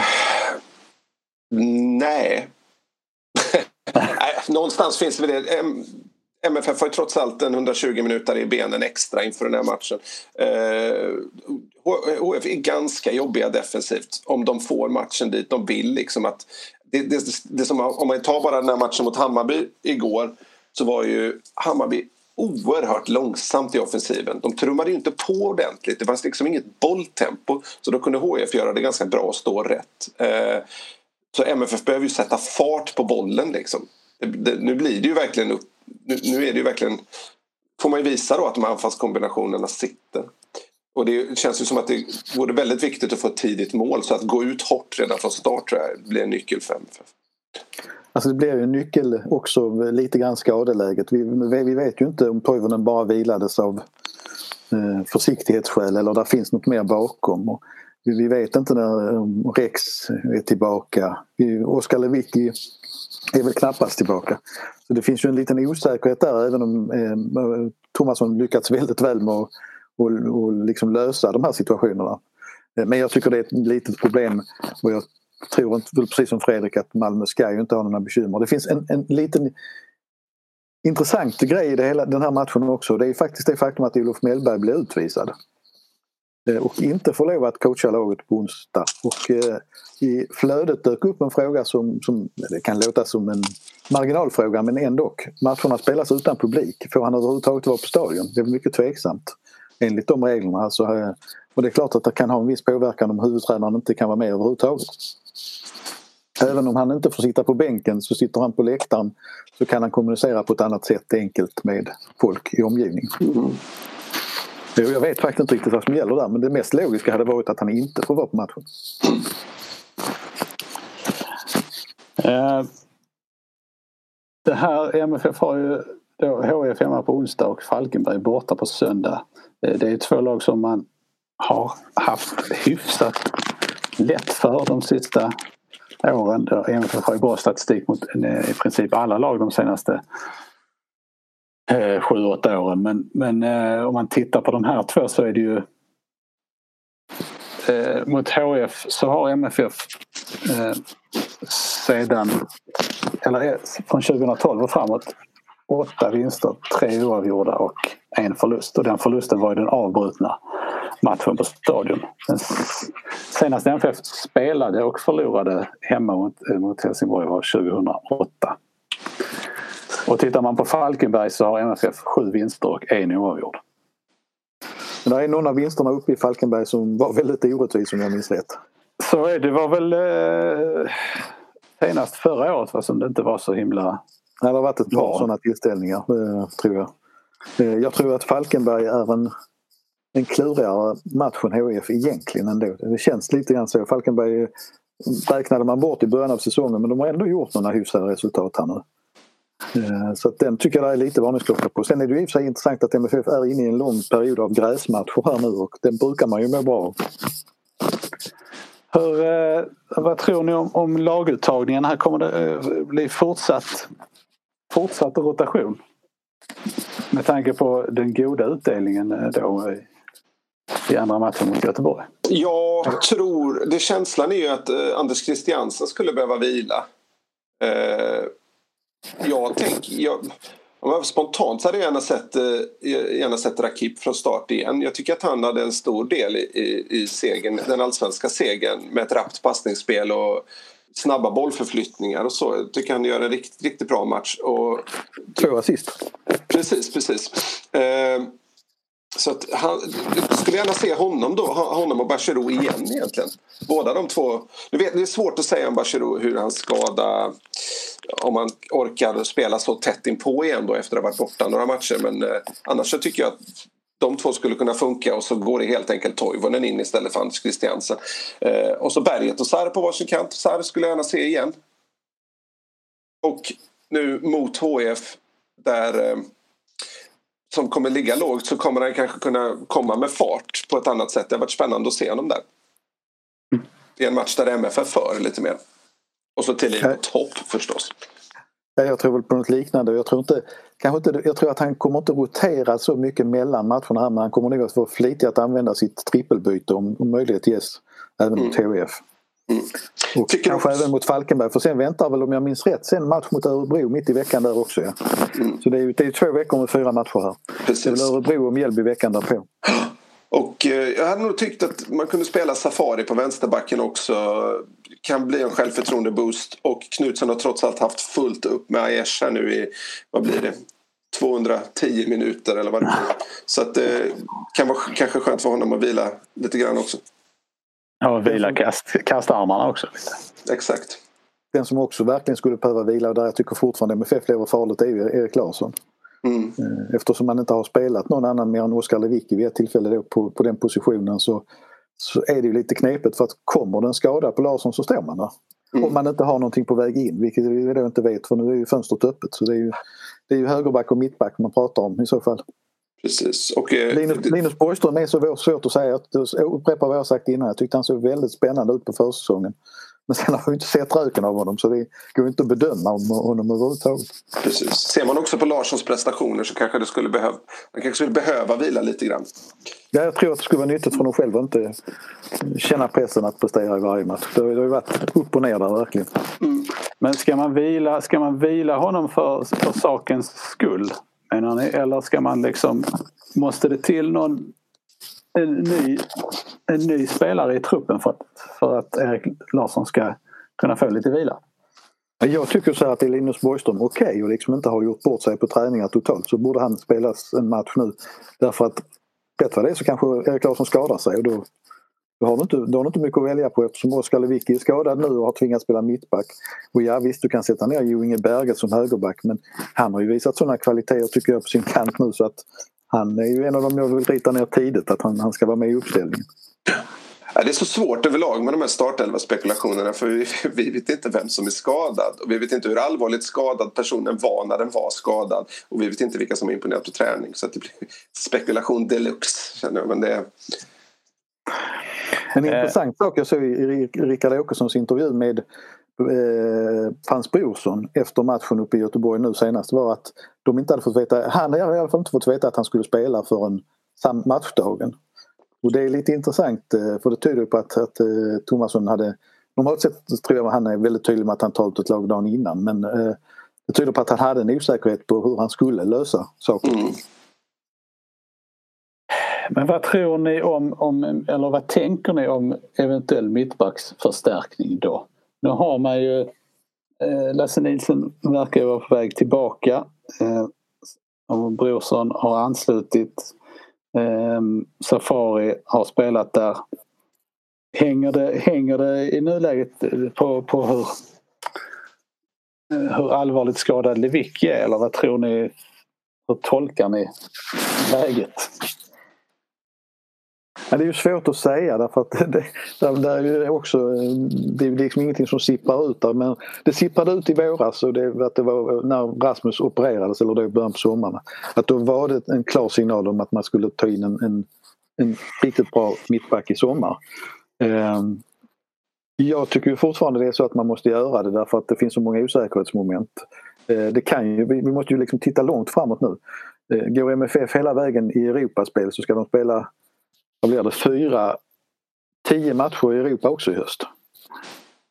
nej. nej. Någonstans finns det det. M F F har ju trots allt en hundratjugo minuter i benen extra inför den här matchen. Uh, H F är ganska jobbiga defensivt om de får matchen dit de vill. Liksom att det, det, det som, om man tar bara den här matchen mot Hammarby igår så var ju Hammarby oerhört långsamt i offensiven. De trummade ju inte på ordentligt. Det fanns liksom inget bolltempo så då kunde H F göra det ganska bra och stå rätt. Uh, så M F F behöver ju sätta fart på bollen liksom. Det, det, nu blir det ju verkligen upp, nu, nu är det ju verkligen får man ju visa då att de här anfallskombinationerna sitter. Och det känns ju som att det vore väldigt viktigt att få ett tidigt mål så att gå ut hårt redan från start tror jag blir en nyckel för M F F. Alltså det blir ju en nyckel också lite grann skadeläget. Vi, vi vet ju inte om Toivonen bara vilades av eh, försiktighetsskäl eller där finns något mer bakom. Och vi, vi vet inte när Rex är tillbaka. Oskar Lewicki är väl knappast tillbaka. Så det finns ju en liten osäkerhet där även om eh, Thomasson lyckats väldigt väl med att och, och liksom lösa de här situationerna. Men jag tycker det är ett litet problem och jag tror inte, precis som Fredrik, att Malmö ska ju inte ha några bekymmer. Det finns en, en liten intressant grej i det hela, den här matchen också. Det är faktiskt det faktum att Olof Mellberg blir utvisad och inte får lov att coacha laget på onsdag. Och eh, i flödet dök upp en fråga som, som det kan låta som en marginalfråga men ändå. Matcherna spelas utan publik. Får han överhuvudtaget vara på stadion? Det är mycket tveksamt enligt de reglerna. Alltså, och det är klart att det kan ha en viss påverkan om huvudtränaren inte kan vara med överhuvudtaget. Även om han inte får sitta på bänken så sitter han på läktaren så kan han kommunicera på ett annat sätt enkelt med folk i omgivningen. Mm. Jag vet faktiskt inte riktigt vad som gäller där men det mest logiska hade varit att han inte får vara på matchen. Uh, det här M F F har ju då H F hemma på onsdag och Falkenberg borta på söndag. Det är två lag som man har haft hyfsat lätt för de sista åren. M F F har ju bra statistik mot i princip alla lag de senaste eh, sju åtta åren. Men, men eh, om man tittar på de här två så är det ju eh, mot H F så har M F F eh, sedan eller från tjugohundratolv och framåt åtta vinster, tre oavgjorda och en förlust. Och den förlusten var ju den avbrutna matchen på stadion. Den senaste M F F spelade och förlorade hemma mot, mot Helsingborg var tjugohundraåtta. Och tittar man på Falkenberg så har M F F sju vinster och en oavgjord. Men det är någon av vinsterna uppe i Falkenberg som var väldigt orättvis om jag minns rätt. Så är det var väl eh, senast förra året va, som det inte var så himla... Det har varit ett par ja. sådana tillställningar, eh, tror jag. Eh, jag tror att Falkenberg är en, en klurigare match än H F egentligen ändå. Det känns lite grann så. Falkenberg räknade man bort i början av säsongen men de har ändå gjort några hyfsade resultat här nu. Eh, så att den tycker jag är lite varningsklocka på. Sen är det ju i och för sig intressant att M F F är inne i en lång period av gräsmatcher här nu och den brukar man ju må bra av. Hur, eh, vad tror ni om, om laguttagningen? Här kommer det eh, bli fortsatt fortsatt rotation med tanke på den goda utdelningen då i, i andra matchen mot Göteborg. Jag tror, det känslan är ju att eh, Anders Christiansen skulle behöva vila. Eh, jag tänker... Jag, om jag var spontant så hade jag gärna sett, eh, gärna sett Rakip från start igen. Jag tycker att han hade en stor del i, i, i segern, den allsvenska segern med ett rappt passningsspel och snabba bollförflyttningar och så. Jag tycker han gör en riktigt, riktigt bra match. Och, Två assist. Precis, precis. Eh, så att han, jag skulle gärna se honom då, honom och Bachirou igen egentligen. Båda de två. Du vet, det är svårt att säga om Bachirou hur han skada, om man orkar spela så tätt in på igen då efter att ha varit borta några matcher. Men eh, annars så tycker jag att de två skulle kunna funka och så går det helt enkelt Toivonen in istället för Anders Christiansen. Eh, och så Berget och Sarr på varsin kant. Sarr skulle jag gärna se igen. Och nu mot H F där... Eh, som kommer ligga lågt så kommer han kanske kunna komma med fart på ett annat sätt. Det har varit spännande att se honom där. Det är en match där M F är för lite mer. Och så till på topp förstås. Ja, jag tror väl på något liknande. Jag tror, inte, kanske inte, jag tror att han kommer inte rotera så mycket mellan matcherna här, men han kommer nog att vara flitig att använda sitt trippelbyte om, om möjlighet ges även mm. mot H F. Mm. Och Tycker kanske du... även mot Falkenberg. För sen väntar väl, om jag minns rätt, sen match mot Örebro mitt i veckan där också. Ja. Mm. Så det är ju det är två veckor med fyra matcher här. Precis. Det är väl Örebro och Mjällby veckan därpå. Och eh, jag hade nog tyckt att man kunde spela Safari på vänsterbacken också. Kan bli en självförtroende-boost. Och Knutsson har trots allt haft fullt upp med Aiesh här nu i, vad blir det? tvåhundratio minuter eller vad det blir. Så att det eh, kan vara kanske skönt för honom att vila lite grann också. Ja, vila kast, kasta armarna också lite. Exakt. Den som också verkligen skulle behöva vila, och där jag tycker fortfarande M F F lever farligt, är ju Erik Larsson. Mm. Eftersom man inte har spelat någon annan mer än Oskar Lewicki vid ett tillfälle då på, på den positionen, så, så är det ju lite knepigt, för att kommer den skada på Larsson så står man där. Mm. Om man inte har någonting på väg in, vilket vi då inte vet, för nu är ju fönstret öppet. Så det är ju, det är ju högerback och mittback man pratar om i så fall. Precis. Och, eh, Linus, Linus Borgström är så svårt att säga. Jag upprepar vad jag sagt innan. Jag tyckte han såg väldigt spännande ut på försäsongen. Men sen har vi inte sett röken av honom, så det går inte att bedöma om honom överhuvudtaget. Precis. Ser man också på Larssons prestationer så kanske det skulle behöva, man kanske skulle behöva vila lite grann. Ja, jag tror att det skulle vara nyttigt för honom själv att inte känna pressen att prestera i varje match. Det har ju varit upp och ner där verkligen. Mm. Men ska man vila, ska man vila honom för, för sakens skull? Menar ni? Eller ska man liksom, måste det till någon en ny, en ny spelare i truppen för att, för att Erik Larsson ska kunna få lite vila? Jag tycker så här att det är Linus Borgström okej okay, och liksom inte har gjort bort sig på träningar totalt, så borde han spelas en match nu. Därför att rätt vad det är så kanske Erik Larsson skadar sig, och då, då, har du inte, då har du inte mycket att välja på, eftersom Oskar Lewicki är skadad nu och har tvingats spela mittback. Och ja, visst, du kan sätta ner Jo Inge Berget som högerback, men han har ju visat sådana kvaliteter tycker jag på sin kant nu, så att han är ju en av dem jag vill rita ner tidigt, att han, han ska vara med i uppställningen. Ja, det är så svårt överlag med de här startelva-spekulationerna, för vi, vi vet inte vem som är skadad och vi vet inte hur allvarligt skadad personen var när den var skadad, och vi vet inte vilka som är imponerade på träning, så att det blir spekulation deluxe, känner jag. Men det är... En intressant sak jag såg i Rickard Åkessons intervju med eh, Frans Brorsson efter matchen uppe i Göteborg nu senast var att de inte hade fått veta, han har i alla fall inte fått veta att han skulle spela för en matchdagen. Och det är lite intressant, för det tyder på att, att Thomasson hade, normalt sett tror jag han är väldigt tydlig med att han tar ut ett lag dagen innan, men eh, det tyder på att han hade en osäkerhet på hur han skulle lösa saker. Mm. Men vad tror ni om, om, eller vad tänker ni om eventuell mittbacksförstärkning då? Nu har man ju eh, Lasse Nilsson verkar vara på väg tillbaka, eh, och Brorsson har anslutit. Um, Safari har spelat där. Hänger det, hänger det i nuläget på, på hur, hur allvarligt skadad Lewicki är, eller vad tror ni, hur tolkar ni läget? Ja, det är ju svårt att säga, därför att det, det, det är ju också, det är liksom ingenting som sipprar ut där, men det sipprade ut i våras, och det, att det var när Rasmus opererades, eller då i början på sommaren, att då var det en klar signal om att man skulle ta in en, en, en riktigt bra mittback i sommar. Um, jag tycker ju fortfarande det är så att man måste göra det, därför att det finns så många osäkerhetsmoment. Uh, det kan ju, vi, vi måste ju liksom titta långt framåt nu. Uh, går M F F hela vägen i Europaspel så ska de spela, vad blir det, fyra, tio matcher i Europa också i höst.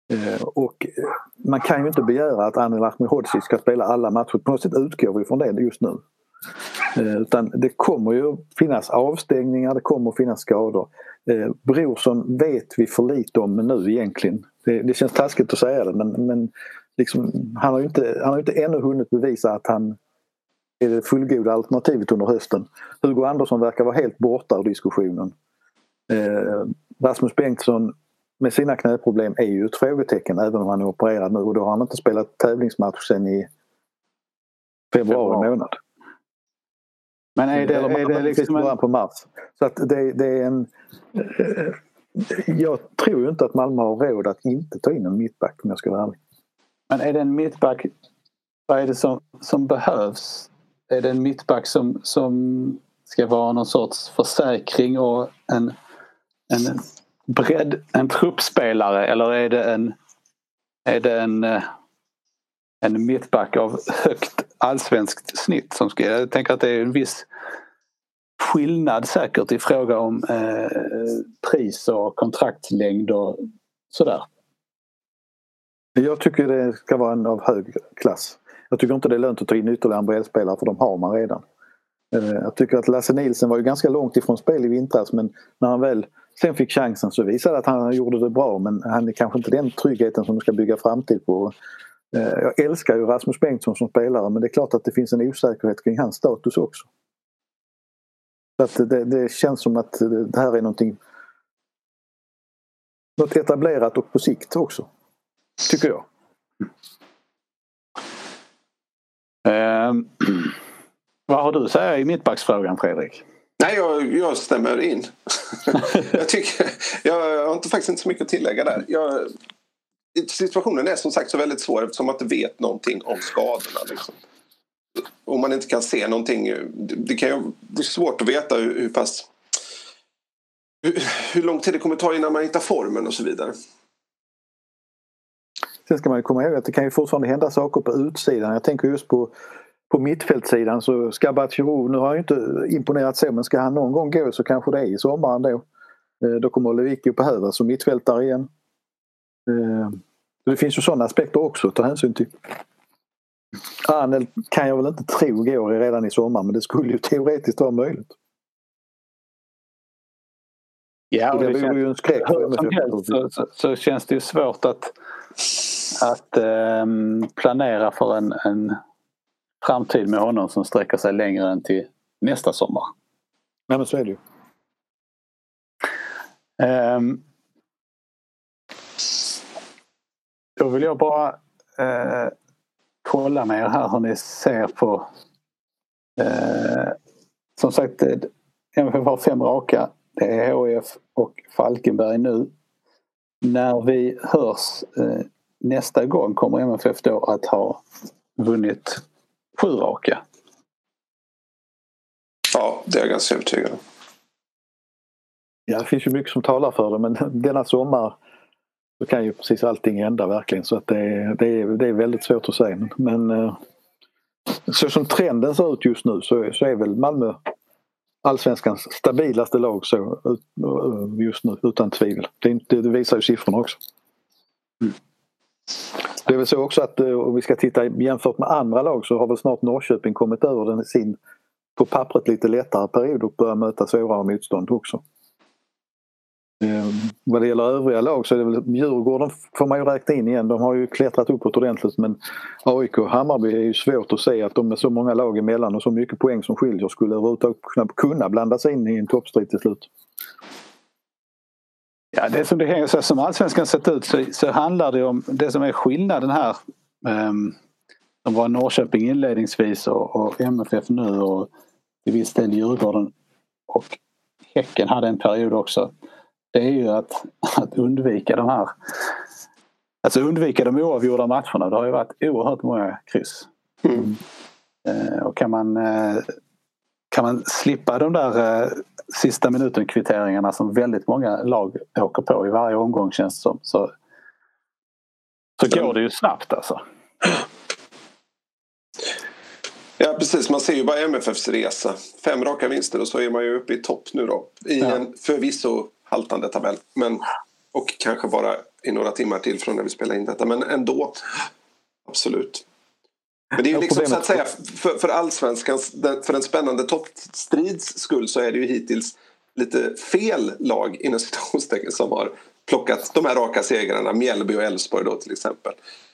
Och man kan ju inte begära att Anel Ahmedhodzic ska spela alla matcher. På något sätt utgår vi från det just nu. Utan det kommer ju finnas avstängningar, det kommer finnas skador. Brorsson vet vi för lite om nu egentligen. Det, det känns taskigt att säga det, men, men liksom, han har ju inte, han har inte ännu hunnit bevisa att han är det fullgoda alternativet under hösten. Hugo Andersson verkar vara helt borta ur diskussionen. Eh, Rasmus Bengtsson med sina knäproblem är ju ett frågetecken även om han är opererad nu, och då har han inte spelat tävlingsmatch sedan i februari månad. Men är det, är det liksom en... på mars. Så att det, det är en eh, jag tror ju inte att Malmö har råd att inte ta in en mittback om jag ska vara ärlig. Men är det en mittback, vad är det som, som behövs? Är det en mittback som, som ska vara någon sorts försäkring och en, en bredd, en truppspelare, eller är det en är det en, en mittback av högt allsvenskt snitt som ska, jag tänker att det är en viss skillnad säkert i fråga om eh, pris och kontraktslängd och sådär. Jag tycker det ska vara en av hög klass. Jag tycker inte det är lönt att ta in ytterligare en breddspelare, för de har man redan. Jag tycker att Lasse Nilsson var ju ganska långt ifrån spel i vintras, men när han väl sen fick chansen så visade att han gjorde det bra, men han är kanske inte den tryggheten som de ska bygga framtid på. Jag älskar ju Rasmus Bengtsson som spelare, men det är klart att det finns en osäkerhet kring hans status också. Så att det, det känns som att det här är någonting något etablerat och på sikt också, tycker jag. Um, vad har du att säga i mittbacksfrågan, Fredrik? Nej, jag, jag stämmer in. jag, tycker, jag har inte, faktiskt inte så mycket att tillägga där. Jag, situationen är som sagt så väldigt svår eftersom man inte vet någonting om skadorna. Liksom. Om man inte kan se någonting. Det, kan ju, det är svårt att veta hur, hur pass hur, hur lång tid det kommer ta innan man hittar formen och så vidare. Sen ska man ju komma ihåg att det kan ju fortfarande hända saker på utsidan. Jag tänker just på, på mittfältssidan, så ska Batshiro, nu har han ju inte imponerat så, men ska han någon gång gå så kanske det är i sommaren då. Då kommer Lewicki behövas som mittfältare igen. Det finns ju sådana aspekter också att ta hänsyn till. Arnel kan jag väl inte tro går redan i sommar, men det skulle ju teoretiskt vara möjligt. Ja, och det, det vore ju en skräck. Så, så, så känns det ju svårt att, att um, planera för en, en framtid med honom som sträcker sig längre än till nästa sommar. Nej, men så är det ju. Um, då vill jag bara uh, kolla med er här hur ni ser på uh, som sagt M F F har fem raka. Det är H I F och Falkenberg nu. När vi hörs uh, nästa gång kommer M F F då att ha vunnit sju raka. Ja, det är jag ganska övertygad om. Ja, det finns ju mycket som talar för det, men denna sommar så kan ju precis allting hända verkligen, så att det, är, det, är, det är väldigt svårt att säga. Men så som trenden ser ut just nu så, så är väl Malmö allsvenskans stabilaste lag så just nu, utan tvivel. Det, det visar ju siffrorna också. Mm. Det är väl så också att om vi ska titta jämfört med andra lag så har väl snart Norrköping kommit över den sin på pappret lite lättare period och börjar möta svårare motstånd också. Eh, vad det gäller övriga lag så är det väl Djurgården får man ju räkna in igen. De har ju klättrat uppåt ordentligt, men A I K och Hammarby är ju svårt att säga att de med så många lag emellan och så mycket poäng som skiljer skulle överhuvudtaget kunna, kunna blanda sig in i en toppstrid till slut. Ja, det som det hänger så som allsvenskan sett ut så, så handlar det om det som är skillnaden här. Um, som var Norrköping inledningsvis och, och M F F nu och i viss del Djurgården och Häcken hade en period också. Det är ju att, att undvika de här alltså undvika de oavgjorda matcherna. Det har ju varit oerhört många kryss. Mm. Uh, och kan man uh, kan man slippa de där uh, sista minuten kvitteringarna som väldigt många lag åker på i varje omgång känns det som, så, så går det ju snabbt alltså. Ja, precis. Man ser ju bara M F F:s resa. Fem raka vinster och så är man ju uppe i topp nu då. I ja. en förvisso haltande tabell. Men, och kanske bara i några timmar till från när vi spelar in detta. Men ändå, absolut. Men det är ju liksom så att säga, för, för allsvenskans, för en spännande toppstrids skull så är det ju hittills lite fel lag inom situationstecken som har plockat de här raka segrarna, Mjällby och Elfsborg då till exempel.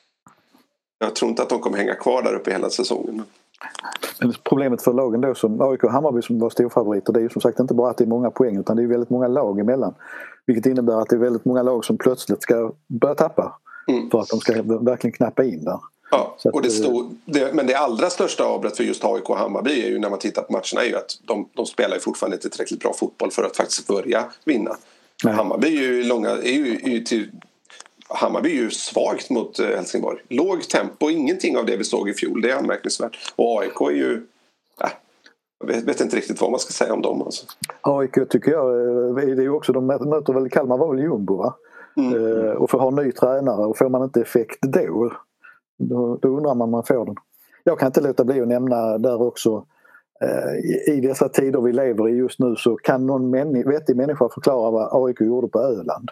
Jag tror inte att de kommer hänga kvar där uppe hela säsongen. Men problemet för lagen då som A I K och Hammarby som var storfavoriter, det är ju som sagt inte bara att det är många poäng utan det är väldigt många lag emellan. Vilket innebär att det är väldigt många lag som plötsligt ska börja tappa mm. för att de ska verkligen knappa in där. Ja, och det stod, det, men det allra största avbrott för just A I K och Hammarby är ju när man tittar på matcherna är ju att de, de spelar ju fortfarande inte tillräckligt bra fotboll för att faktiskt börja vinna. Nej. Hammarby är ju långa, är ju, är ju till, Hammarby är ju svagt mot Helsingborg. Låg tempo, ingenting av det vi såg i fjol, det är anmärkningsvärt. Och A I K är ju, äh, jag vet, vet inte riktigt vad man ska säga om dem. Alltså. A I K tycker jag, det är ju också, de möter väl, Kalmar var väl Jumbo va? Mm. Uh, och får ha ny tränare och får man inte effekt då Då, då undrar man om man får den. Jag kan inte låta bli att nämna där också eh, i, i dessa tider vi lever i just nu så kan någon män, vettig människa förklara vad A I K gjorde på Öland.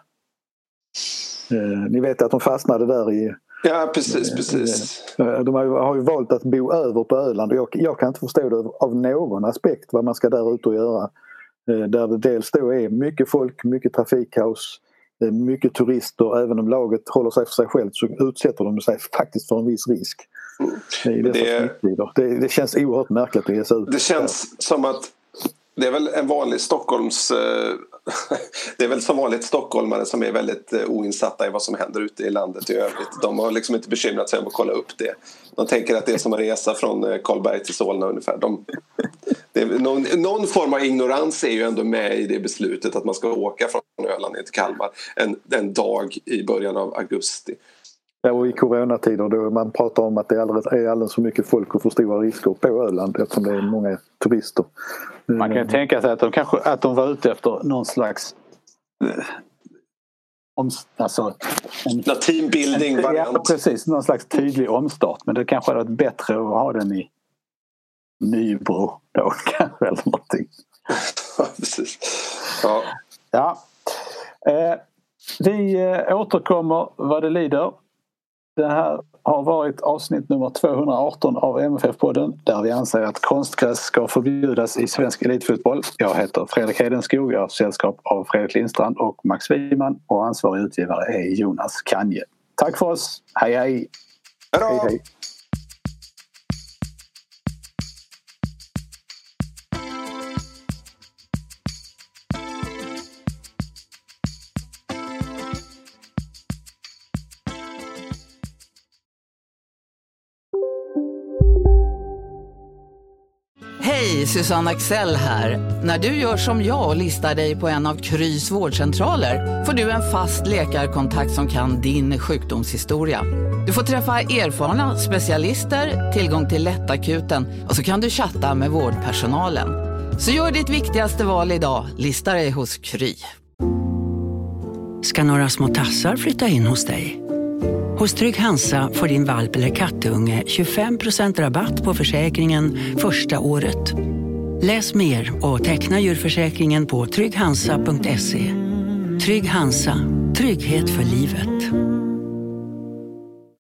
Eh, ni vet att de fastnade där i... Ja, precis, eh, precis. Eh, de har ju, har ju valt att bo över på Öland och jag, jag kan inte förstå det av någon aspekt vad man ska där ute och göra. Eh, där det dels då är mycket folk, mycket trafikkaos, mycket turister, även om laget håller sig för sig själv så utsätter de sig faktiskt för en viss risk. Mm. Det, det, det känns oerhört märkligt att ge sig ut. Det känns ja. som att det är väl en vanlig Stockholms det är väl som vanligt stockholmare som är väldigt oinsatta i vad som händer ute i landet i övrigt. De har liksom inte bekymrat sig om att kolla upp det. De tänker att det är som att resa från Karlberg till Solna ungefär. De, det är, någon, någon form av ignorans är ju ändå med i det beslutet att man ska åka från Öland ner till Kalmar en, en dag i början av augusti. Ja, och i coronatider då man pratar om att det är alldeles, är alldeles för mycket folk och för stora risker på Öland eftersom det är många turister. Man kan ju tänka sig att de, kanske, att de var ute efter någon slags eh, om, alltså, en, teambuilding en, ja, precis, någon slags tydlig omstart men det kanske hade varit bättre att ha den i Nybro då kanske eller någonting. Ja, precis. Ja. Ja. Eh, vi eh, återkommer vad det lider. Det här har varit avsnitt nummer tvåhundraarton av M F F-podden där vi anser att konstgräs ska förbjudas i svensk elitfotboll. Jag heter Fredrik Hedenskog, jag har sällskap av Fredrik Lindstrand och Max Wiman och ansvarig utgivare är Jonas Kanje. Tack för oss, hej hej! Hej hej! Hej, Susanne Axel här. När du gör som jag och listar dig på en av Krys vårdcentraler får du en fast läkarkontakt som kan din sjukdomshistoria. Du får träffa erfarna specialister, tillgång till lättakuten och så kan du chatta med vårdpersonalen. Så gör ditt viktigaste val idag, lista dig hos Kry. Ska några små tassar flytta in hos dig? Hos Trygg Hansa får din valp eller kattunge tjugofem procent rabatt på försäkringen första året. Läs mer och teckna djurförsäkringen på trygg hansa punkt se. Trygg Hansa, trygghet för livet.